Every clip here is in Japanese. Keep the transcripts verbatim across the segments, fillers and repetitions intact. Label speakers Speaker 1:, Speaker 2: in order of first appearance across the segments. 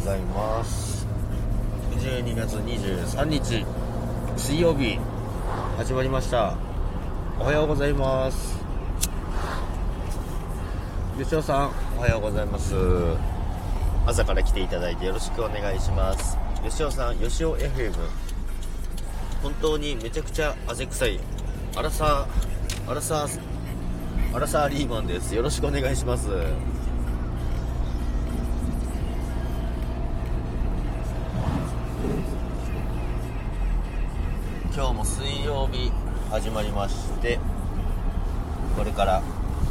Speaker 1: ございます。じゅうにがつにじゅうさんにち水曜日始まりました。おはようございます。吉尾さんおはようございます。朝から来ていただいてよろしくお願いします。吉尾さん、吉尾 エフエム、 本当にめちゃくちゃ汗臭いアラサーアラサーアラサーリーマンです。よろしくお願いします。今日も水曜日始まりまして、これから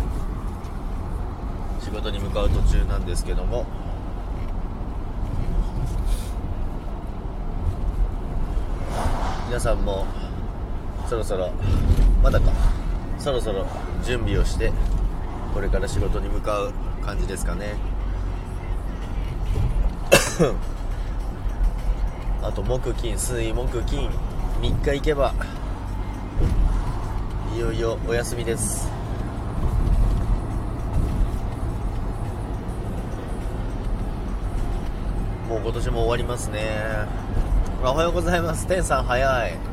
Speaker 1: 仕事に向かう途中なんですけども、皆さんもそろそろまだかそろそろ準備をしてこれから仕事に向かう感じですかね。あと木金水木金みっか行けばいよいよお休みです。もう今年も終わりますね。おはようございます。天さん早い。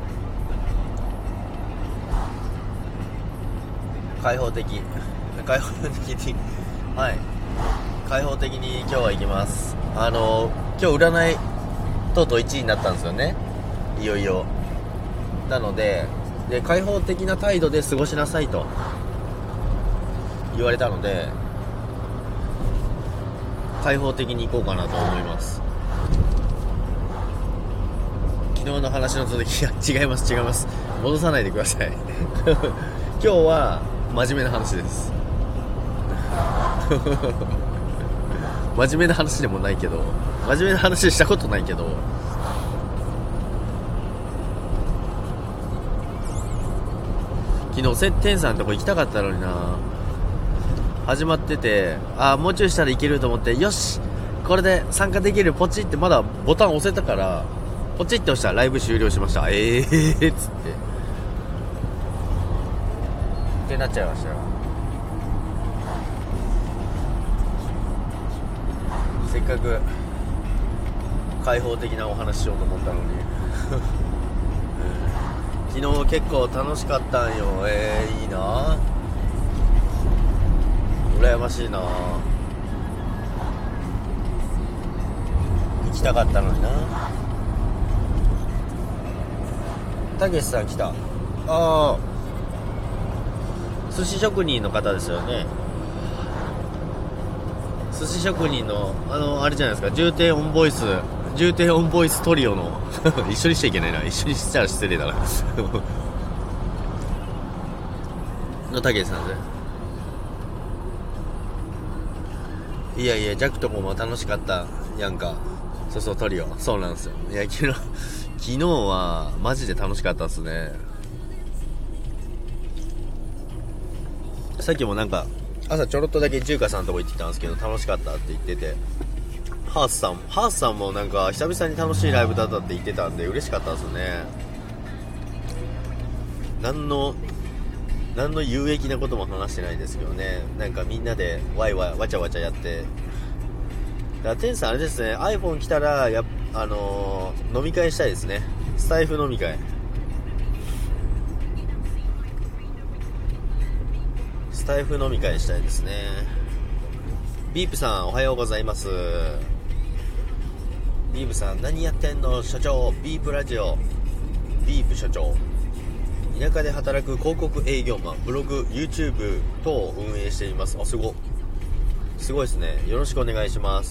Speaker 1: 開放的開放的にはい開放的に今日は行きます。あの今日占いとうとういちいになったんですよね、いよいよ。なので、で開放的な態度で過ごしなさいと言われたので、開放的に行こうかなと思います。昨日の話の続き、いや違います違います戻さないでください今日は真面目な話です真面目な話でもないけど、真面目な話したことないけど、昨日テンさんのとこ行きたかったのにな。始まってて、あーもうちょいしたらいけると思って、よしこれで参加できる、ポチってまだボタン押せたから、ポチって押したらライブ終了しました。えーっつってってなっちゃいましたよ。せっかく開放的なお話しようと思ったのに昨日結構楽しかったんよ。えー、いいな、羨ましいな。行きたかったのにな。たけしさん来た。ああ、寿司職人の方ですよね。寿司職人のあのあれじゃないですか、重低音ボイス重低音ボイストリオの一緒にしちゃいけないな、一緒にしたら失礼だなのたけしさんで、いやいやジャクとこも楽しかったやんか。そうそうトリオ、そうなんですよ。いや昨日昨日はマジで楽しかったっすね。さっきもなんか朝ちょろっとだけ中華さんのとこ行ってきたんですけど、楽しかったって言ってて、ハースさんハースさんもなんか久々に楽しいライブだったって言ってたんで嬉しかったですね。何の何の有益なことも話してないですけどね、なんかみんなでワイワイわちゃわちゃやって。だからテンさんあれですね、 iPhone 来たらやあのー、飲み会したいですね。スタイフ飲み会、スタイフ飲み会したいですね。ビープさんおはようございます。ビープさん何やってんの所長、ビープラジオ、ビープ所長、田舎で働く広告営業マン、ブログ YouTube 等を運営しています。あ、すごすごいですね。よろしくお願いします。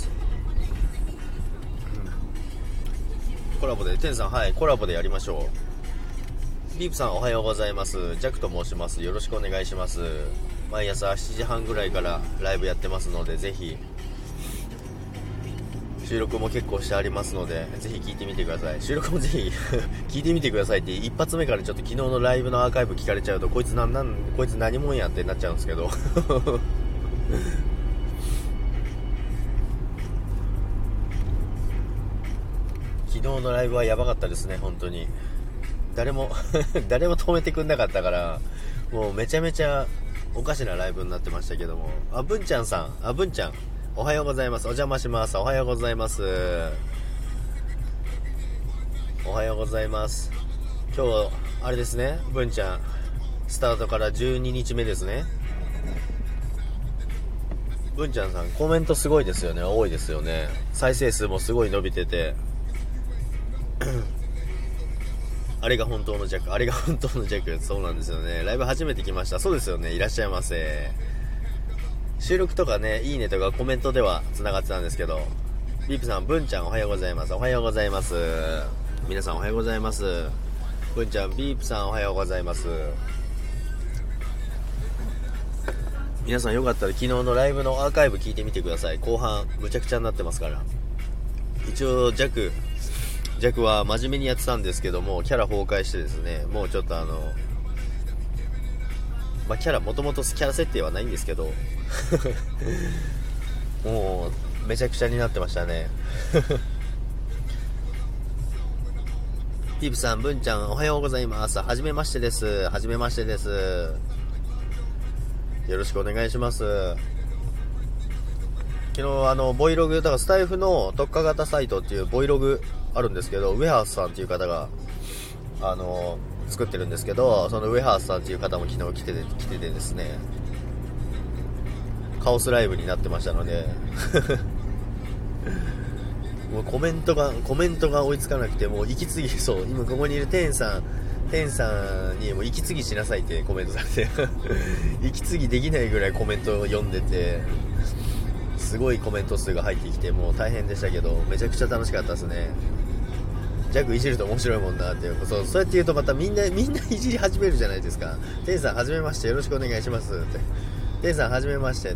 Speaker 1: コラボで、テンさん、はい、コラボでやりましょう。ビープさんおはようございます。ジャクと申します。よろしくお願いします。毎朝しちじはんぐらいからライブやってますので、ぜひ収録も結構してありますので、ぜひ聞いてみてください。収録もぜひ聞いてみてくださいって、一発目からちょっと昨日のライブのアーカイブ聞かれちゃうと、こいつなんなんこいつ何もんやってなっちゃうんですけど昨日のライブはやばかったですね、本当に。誰も誰も止めてくんなかったから、もうめちゃめちゃおかしなライブになってましたけども。あ、文ちゃんさん、あ、文ちゃんおはようございます。お邪魔します。おはようございます。おはようございます。今日あれですね、文ちゃんスタートからじゅうににちめですね。文ちゃんさんコメントすごいですよね。多いですよね。再生数もすごい伸びててあれが本当のジャック、あれが本当のジャック。そうなんですよね。ライブ初めて来ました。そうですよね。いらっしゃいませ。収録とかね、いいねとかコメントでは繋がってたんですけど、ビープさん、文ちゃんおはようございます。おはようございます。皆さんおはようございます。文ちゃん、ビープさんおはようございます。皆さんよかったら昨日のライブのアーカイブ聞いてみてください。後半むちゃくちゃになってますから。一応ジャックジャックは真面目にやってたんですけども、キャラ崩壊してですね、もうちょっとあのまあキャラもともとキャラ設定はないんですけどもうめちゃくちゃになってましたねピープさん、文ちゃんおはようございます。はじめましてです。はじめましてです。よろしくお願いします。昨日あのボイログ、だからスタイフの特化型サイトっていうボイログあるんですけど、ウェハースさんっていう方があの作ってるんですけど、そのウェハースさんっていう方も昨日来てて来ててですね、カオスライブになってましたのでもうコメントがコメントが追いつかなくて、もう息継ぎ、そう今ここにいるテンさんテンさんにもう息継ぎしなさいってコメントされて息継ぎできないぐらいコメントを読んでて、すごいコメント数が入ってきてもう大変でしたけど、めちゃくちゃ楽しかったですね。ジャックいじると面白いもんなって。そう、そうやって言うとまたみんなみんないじり始めるじゃないですか。テンさんはじめまして、よろしくお願いしますって。テンさんはじめましてって。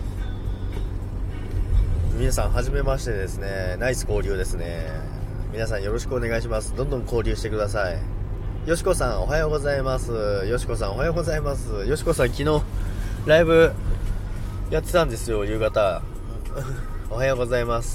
Speaker 1: 皆さんはじめましてですね。ナイス交流ですね。皆さんよろしくお願いします。どんどん交流してください。よしこさんおはようございます。よしこさんおはようございます。よしこさん昨日ライブやってたんですよ、夕方おはようございます。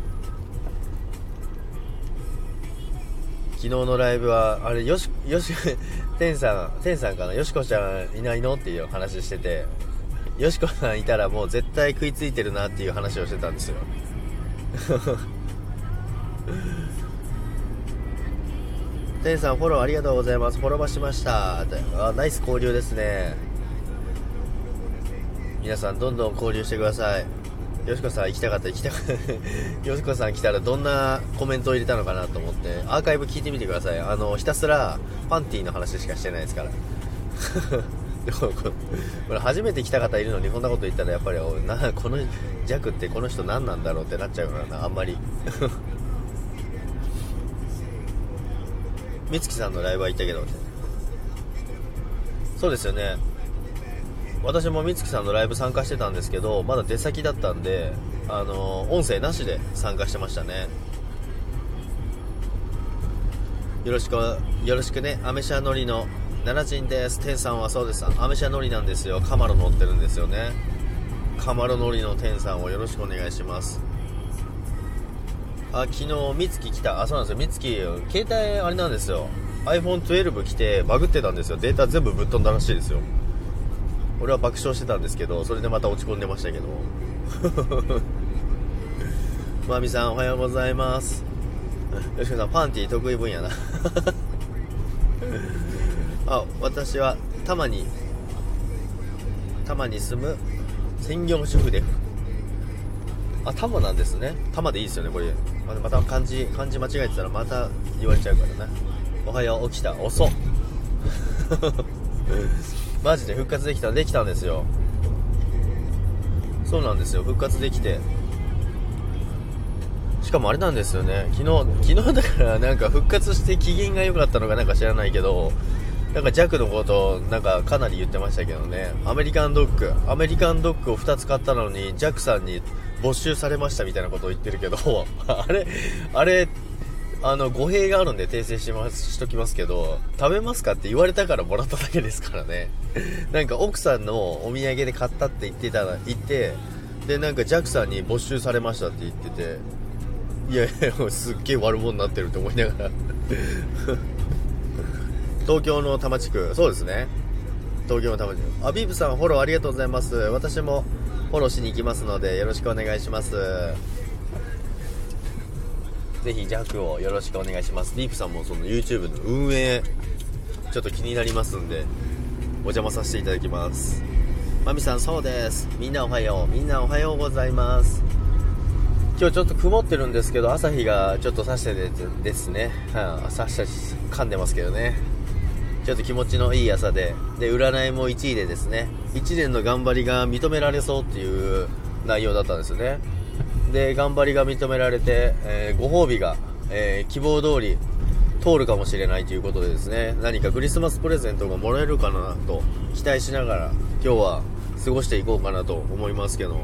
Speaker 1: 昨日のライブはあれ、よしよしテンさんテンさんかな、よしこちゃんいないのっていう話してて、よしこさんいたらもう絶対食いついてるなっていう話をしてたんですよテンさんフォローありがとうございます。フォローバしました。あ、ナイス交流ですね。皆さんどんどん交流してください。よしこさん行きたかった行きたかったよしこさん来たらどんなコメントを入れたのかなと思ってアーカイブ聞いてみてください。あのひたすらパンティーの話しかしてないですからでもこれ初めて来た方いるのにこんなこと言ったらやっぱりな、この弱ってこの人何なんだろうってなっちゃうからな、あんまりみつきさんのライブは行ったけど、そうですよね。私もみつきさんのライブ参加してたんですけど、まだ出先だったんで、あの音声なしで参加してましたね。よろしくよろしくね。アメ車乗りの奈良人です。天さんはそうです。アメ車乗りなんですよ。カマロ乗ってるんですよね。カマロ乗りの天さんをよろしくお願いします。あ、昨日みつき来た。あ、そうなんですよ。みつき携帯あれなんですよ。アイフォンじゅうに 来てバグってたんですよ。データ全部ぶっ飛んだらしいですよ。俺は爆笑してたんですけど、それでまた落ち込んでましたけどまみさんおはようございます。よしこさんパンティ得意分野なあ、私は多摩に多摩に住む専業主婦で、あ、多摩なんですね。多摩でいいですよねこれ。また漢字漢字間違えてたらまた言われちゃうからね。おはよう、起きた、遅っマジで復活できたできたんですよ。そうなんですよ、復活できて、しかもあれなんですよね、昨日昨日だからなんか復活して機嫌が良かったのかなんか知らないけど、なんか弱のことなんかかなり言ってましたけどね。アメリカンドッグアメリカンドッグをふたつ買ったのに弱さんに没収されましたみたいなことを言ってるけどあれあれあの語弊があるんで訂正しますしときますけど、食べますかって言われたからもらっただけですからねなんか奥さんのお土産で買ったって言ってたら言ってで、なんかジャックさんに没収されましたって言ってて、いやいやすっげえ悪者になってるって思いながら東京の多摩地区、そうですね、東京の多摩地区。あ、ビーブさんフォローありがとうございます。私もフォローしに行きますのでよろしくお願いします。ぜひジャックをよろしくお願いします。ディープさんもその YouTube の運営ちょっと気になりますんでお邪魔させていただきます。マミさん、そうです。みんなおはよう。みんなおはようございます。今日ちょっと曇ってるんですけど朝日がちょっと差しててですね、はあ、差したり噛んでますけどね、ちょっと気持ちのいい朝で、で占いもいちいでですね、いちねんの頑張りが認められそうっていう内容だったんですよね。で頑張りが認められて、えー、ご褒美が、えー、希望通り通るかもしれないということでですね、何かクリスマスプレゼントがもらえるかなと期待しながら今日は過ごしていこうかなと思いますけど、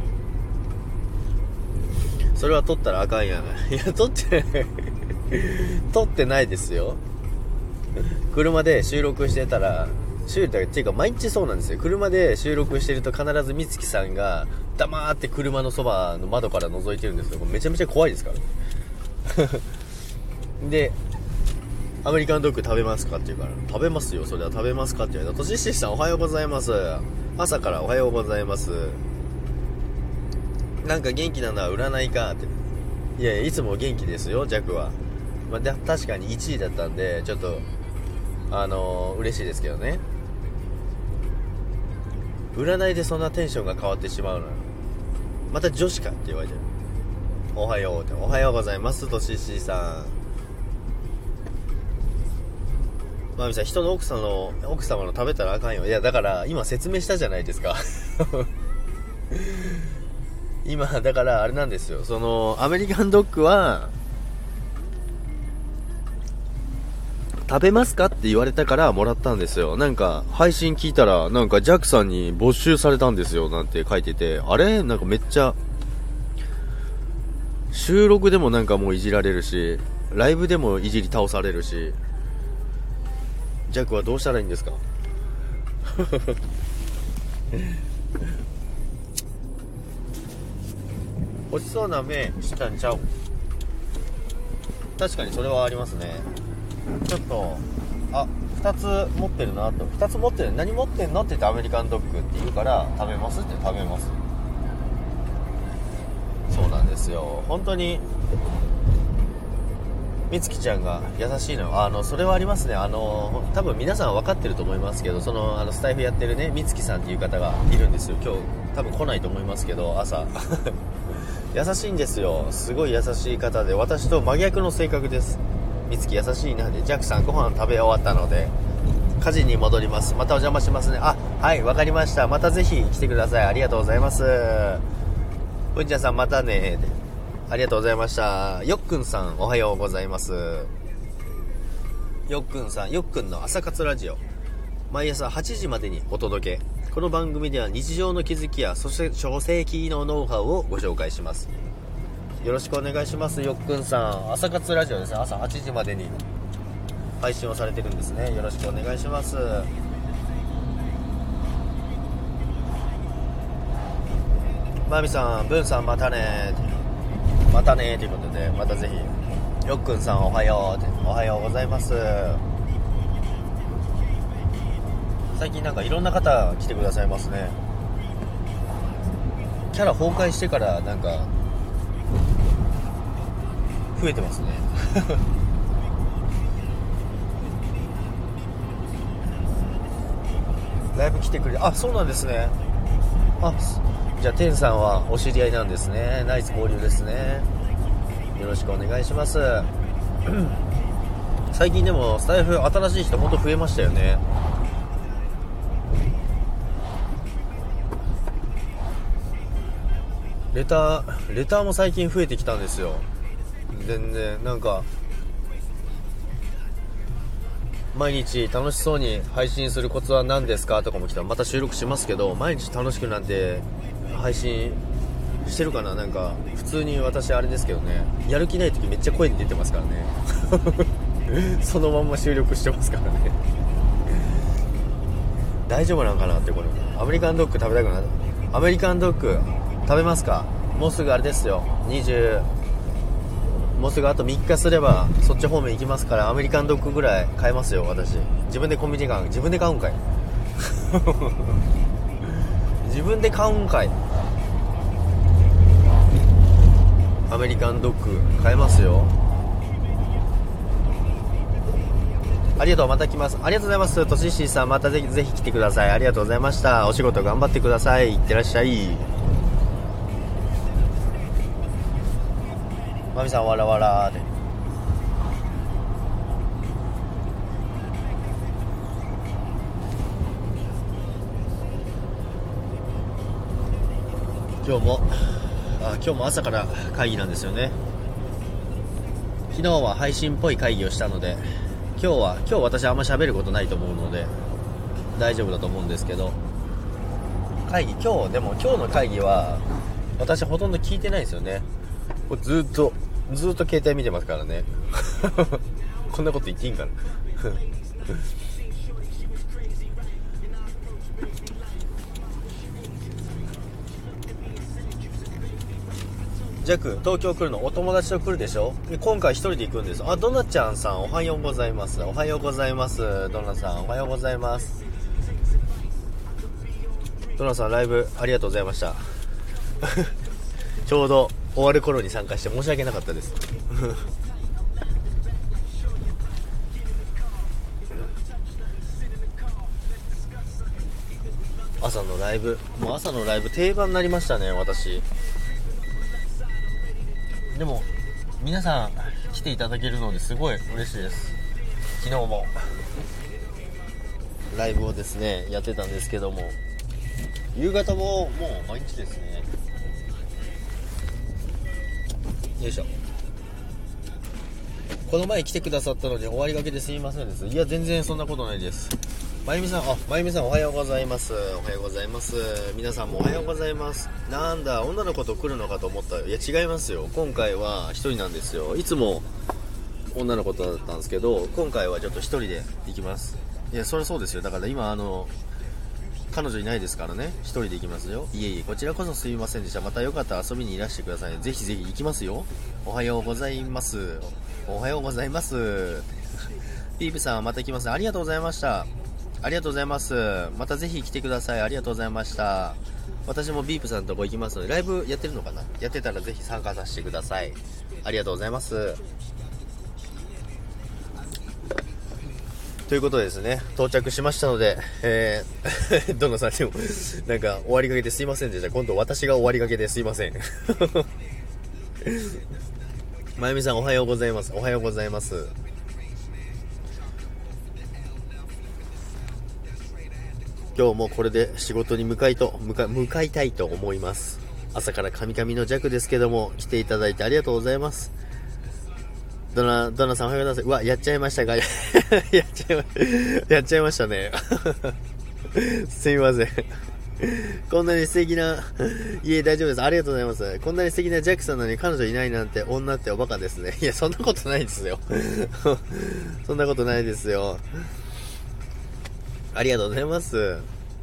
Speaker 1: それは取ったらあかんやん。いや取って取ってないですよ。車で収録してたら、収録っていうか毎日そうなんですよ。車で収録してると必ず美月さんが黙って車のそばの窓から覗いてるんですよ。めちゃめちゃ怖いですからでアメリカンドッグ食べますかって言うから、食べますよ、それは食べますかって言われた。とししさんおはようございます。朝からおはようございます。なんか元気なのは占いかって。いやいや、いつも元気ですよ、ジャックは。まあ、で確かにいちいだったんでちょっとあのー、嬉しいですけどね。占いでそんなテンションが変わってしまうのよ。また女子かって言われてる。おはようって、おはようございますとししさん。まみさん、人の奥さんの奥様の食べたらあかんよ。いやだから今説明したじゃないですか今だからあれなんですよ、そのアメリカンドッグは食べますかって言われたからもらったんですよ。なんか配信聞いたらなんかジャックさんに没収されたんですよなんて書いてて、あれなんかめっちゃ収録でもなんかもういじられるし、ライブでもいじり倒されるし、ジャックはどうしたらいいんですか落ちそうな目したんちゃう。確かにそれはありますね。ちょっとあふたつ持ってるなと、ふたつ持ってる、何持ってんのって言ってアメリカンドッグって言うから食べますって食べます。そうなんですよ、本当にみつきちゃんが優しいの。あのそれはありますね。あの多分皆さん分かってると思いますけど、そのあのスタイフやってるねみつきさんっていう方がいるんですよ。今日多分来ないと思いますけど朝優しいんですよ。すごい優しい方で、私と真逆の性格です。みつき優しいなで、ジャックさんご飯食べ終わったので家事に戻ります。またお邪魔しますね。あ、はいわかりました。またぜひ来てください。ありがとうございます。うんちゃんさんまたね。ありがとうございました。よっくんさんおはようございます。よっくんさん、よっくんの朝活ラジオ毎朝はちじまでにお届け。この番組では日常の気づきやそして書籍のノウハウをご紹介します。よろしくお願いします。よっくんさん、朝活ラジオですね。朝はちじまでに配信をされてるんですね。よろしくお願いします。まみさん、ぶんさんまたねまたねということで、またぜひ。よっくんさんおはようおはようございます。最近なんかいろんな方来てくださいますね。キャラ崩壊してからなんか増えてますねライブ来てくれ、あ、そうなんですね。あ、じゃあテンさんはお知り合いなんですね。ナイス交流ですね。よろしくお願いします最近でもスタイフ新しい人ほんと増えましたよね。レターレターも最近増えてきたんですよ。全然なんか毎日楽しそうに配信するコツは何ですかとかも来たら、また収録しますけど、毎日楽しくなんて配信してるかな。なんか普通に私あれですけどね、やる気ない時めっちゃ声に出てますからねそのまんま収録してますからね大丈夫なんかなって。これアメリカンドッグ食べたくなる。アメリカンドッグ食べますか。もうすぐあれですよ、にじゅうもうすぐあとみっかすればそっち方面行きますから、アメリカンドッグぐらい買えますよ私。自分でコンビニ買う、自分で買うんかい自分で買うんかい。 アメリカンドッグ買えますよ。ありがとう。また来ます。ありがとうございます。とししさん、またぜひぜひ来てください。ありがとうございました。お仕事頑張ってください。いってらっしゃい。まみさん、わらわらで。今日もあ今日も朝から会議なんですよね。昨日は配信っぽい会議をしたので、今日は今日私あんま喋ることないと思うので大丈夫だと思うんですけど、会議今日でも今日の会議は私ほとんど聞いてないんですよね。ずっとずっと携帯見てますからねこんなこと言っていいんかなジャック、東京来るの？お友達と来るでしょ？今回一人で行くんです。あ、ドナちゃんさん、おはようございます。おはようございます。ドナさん、おはようございます。ドナさん、ライブありがとうございましたちょうど終わる頃に参加して申し訳なかったです朝のライブ、もう朝のライブ定番になりましたね、私。でも皆さん来ていただけるのですごい嬉しいです。昨日もライブをですねやってたんですけども、夕方ももう毎日ですね。よいしょ。この前来てくださったので終わりがけですいませんです。いや全然そんなことないです。まゆみさん、あ、まゆみさんおはようございます。おはようございます。皆さんもおはようございます。なんだ、女の子と来るのかと思ったよ。いや違いますよ。今回は一人なんですよ。いつも女の子とだったんですけど、今回はちょっと一人で行きます。いやそりゃそうですよ。だから今あの彼女いないですからね、一人で行きますよ。いえいえ、こちらこそすみませんでした。またよかったら遊びにいらしてくださいね。ぜひぜひ行きますよ。おはようございます。おはようございますピープさんまた来ます。ありがとうございました。ありがとうございます。またぜひ来てください。ありがとうございました。私もビープさんのとこ行きますので、ライブやってるのかな？やってたらぜひ参加させてください。ありがとうございます。ということでですね、到着しましたので、えー、どのさんでもなんか終わりかけですいませんでした。今度私が終わりかけですいませんまゆみさんおはようございます。おはようございます。今日もこれで仕事に向かいと向か向かいたいと思います。朝からカミカミの弱ですけども来ていただいてありがとうございます。ドナドナさんおはようございます。うわ、やっちゃいましたかやっちゃいまやっちゃいましたねすみませんこんなに素敵な、いえ大丈夫です。ありがとうございます。こんなに素敵なジャックさんなのに彼女いないなんて女っておバカですね。いやそんなことないですよそんなことないですよ。ありがとうございます。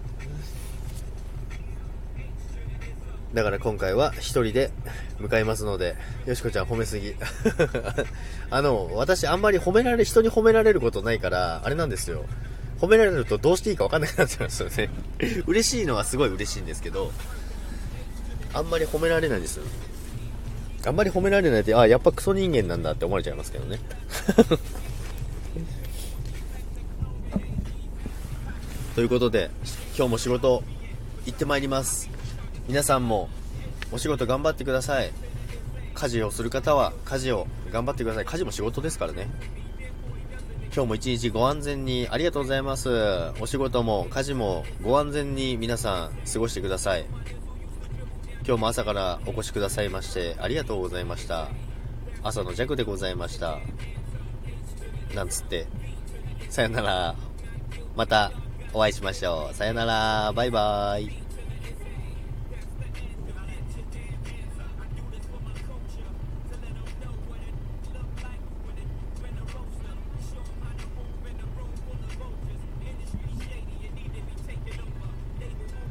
Speaker 1: だから今回は一人で向かいますので、よしこちゃん褒めすぎあの私あんまり褒められ人に褒められることないからあれなんですよ。褒められるとどうしていいか分かんなくなっちゃうんですよね嬉しいのはすごい嬉しいんですけど、あんまり褒められないんですよ。あんまり褒められないって、あ、やっぱクソ人間なんだって思われちゃいますけどねということで今日も仕事行ってまいります。皆さんもお仕事頑張ってください。家事をする方は家事を頑張ってください。家事も仕事ですからね。今日も一日ご安全にありがとうございます。お仕事も家事もご安全に皆さん過ごしてください。今日も朝からお越しくださいましてありがとうございました。朝の弱でございましたなんつってさよなら。またお会いしましょう。さよなら。バイバイ。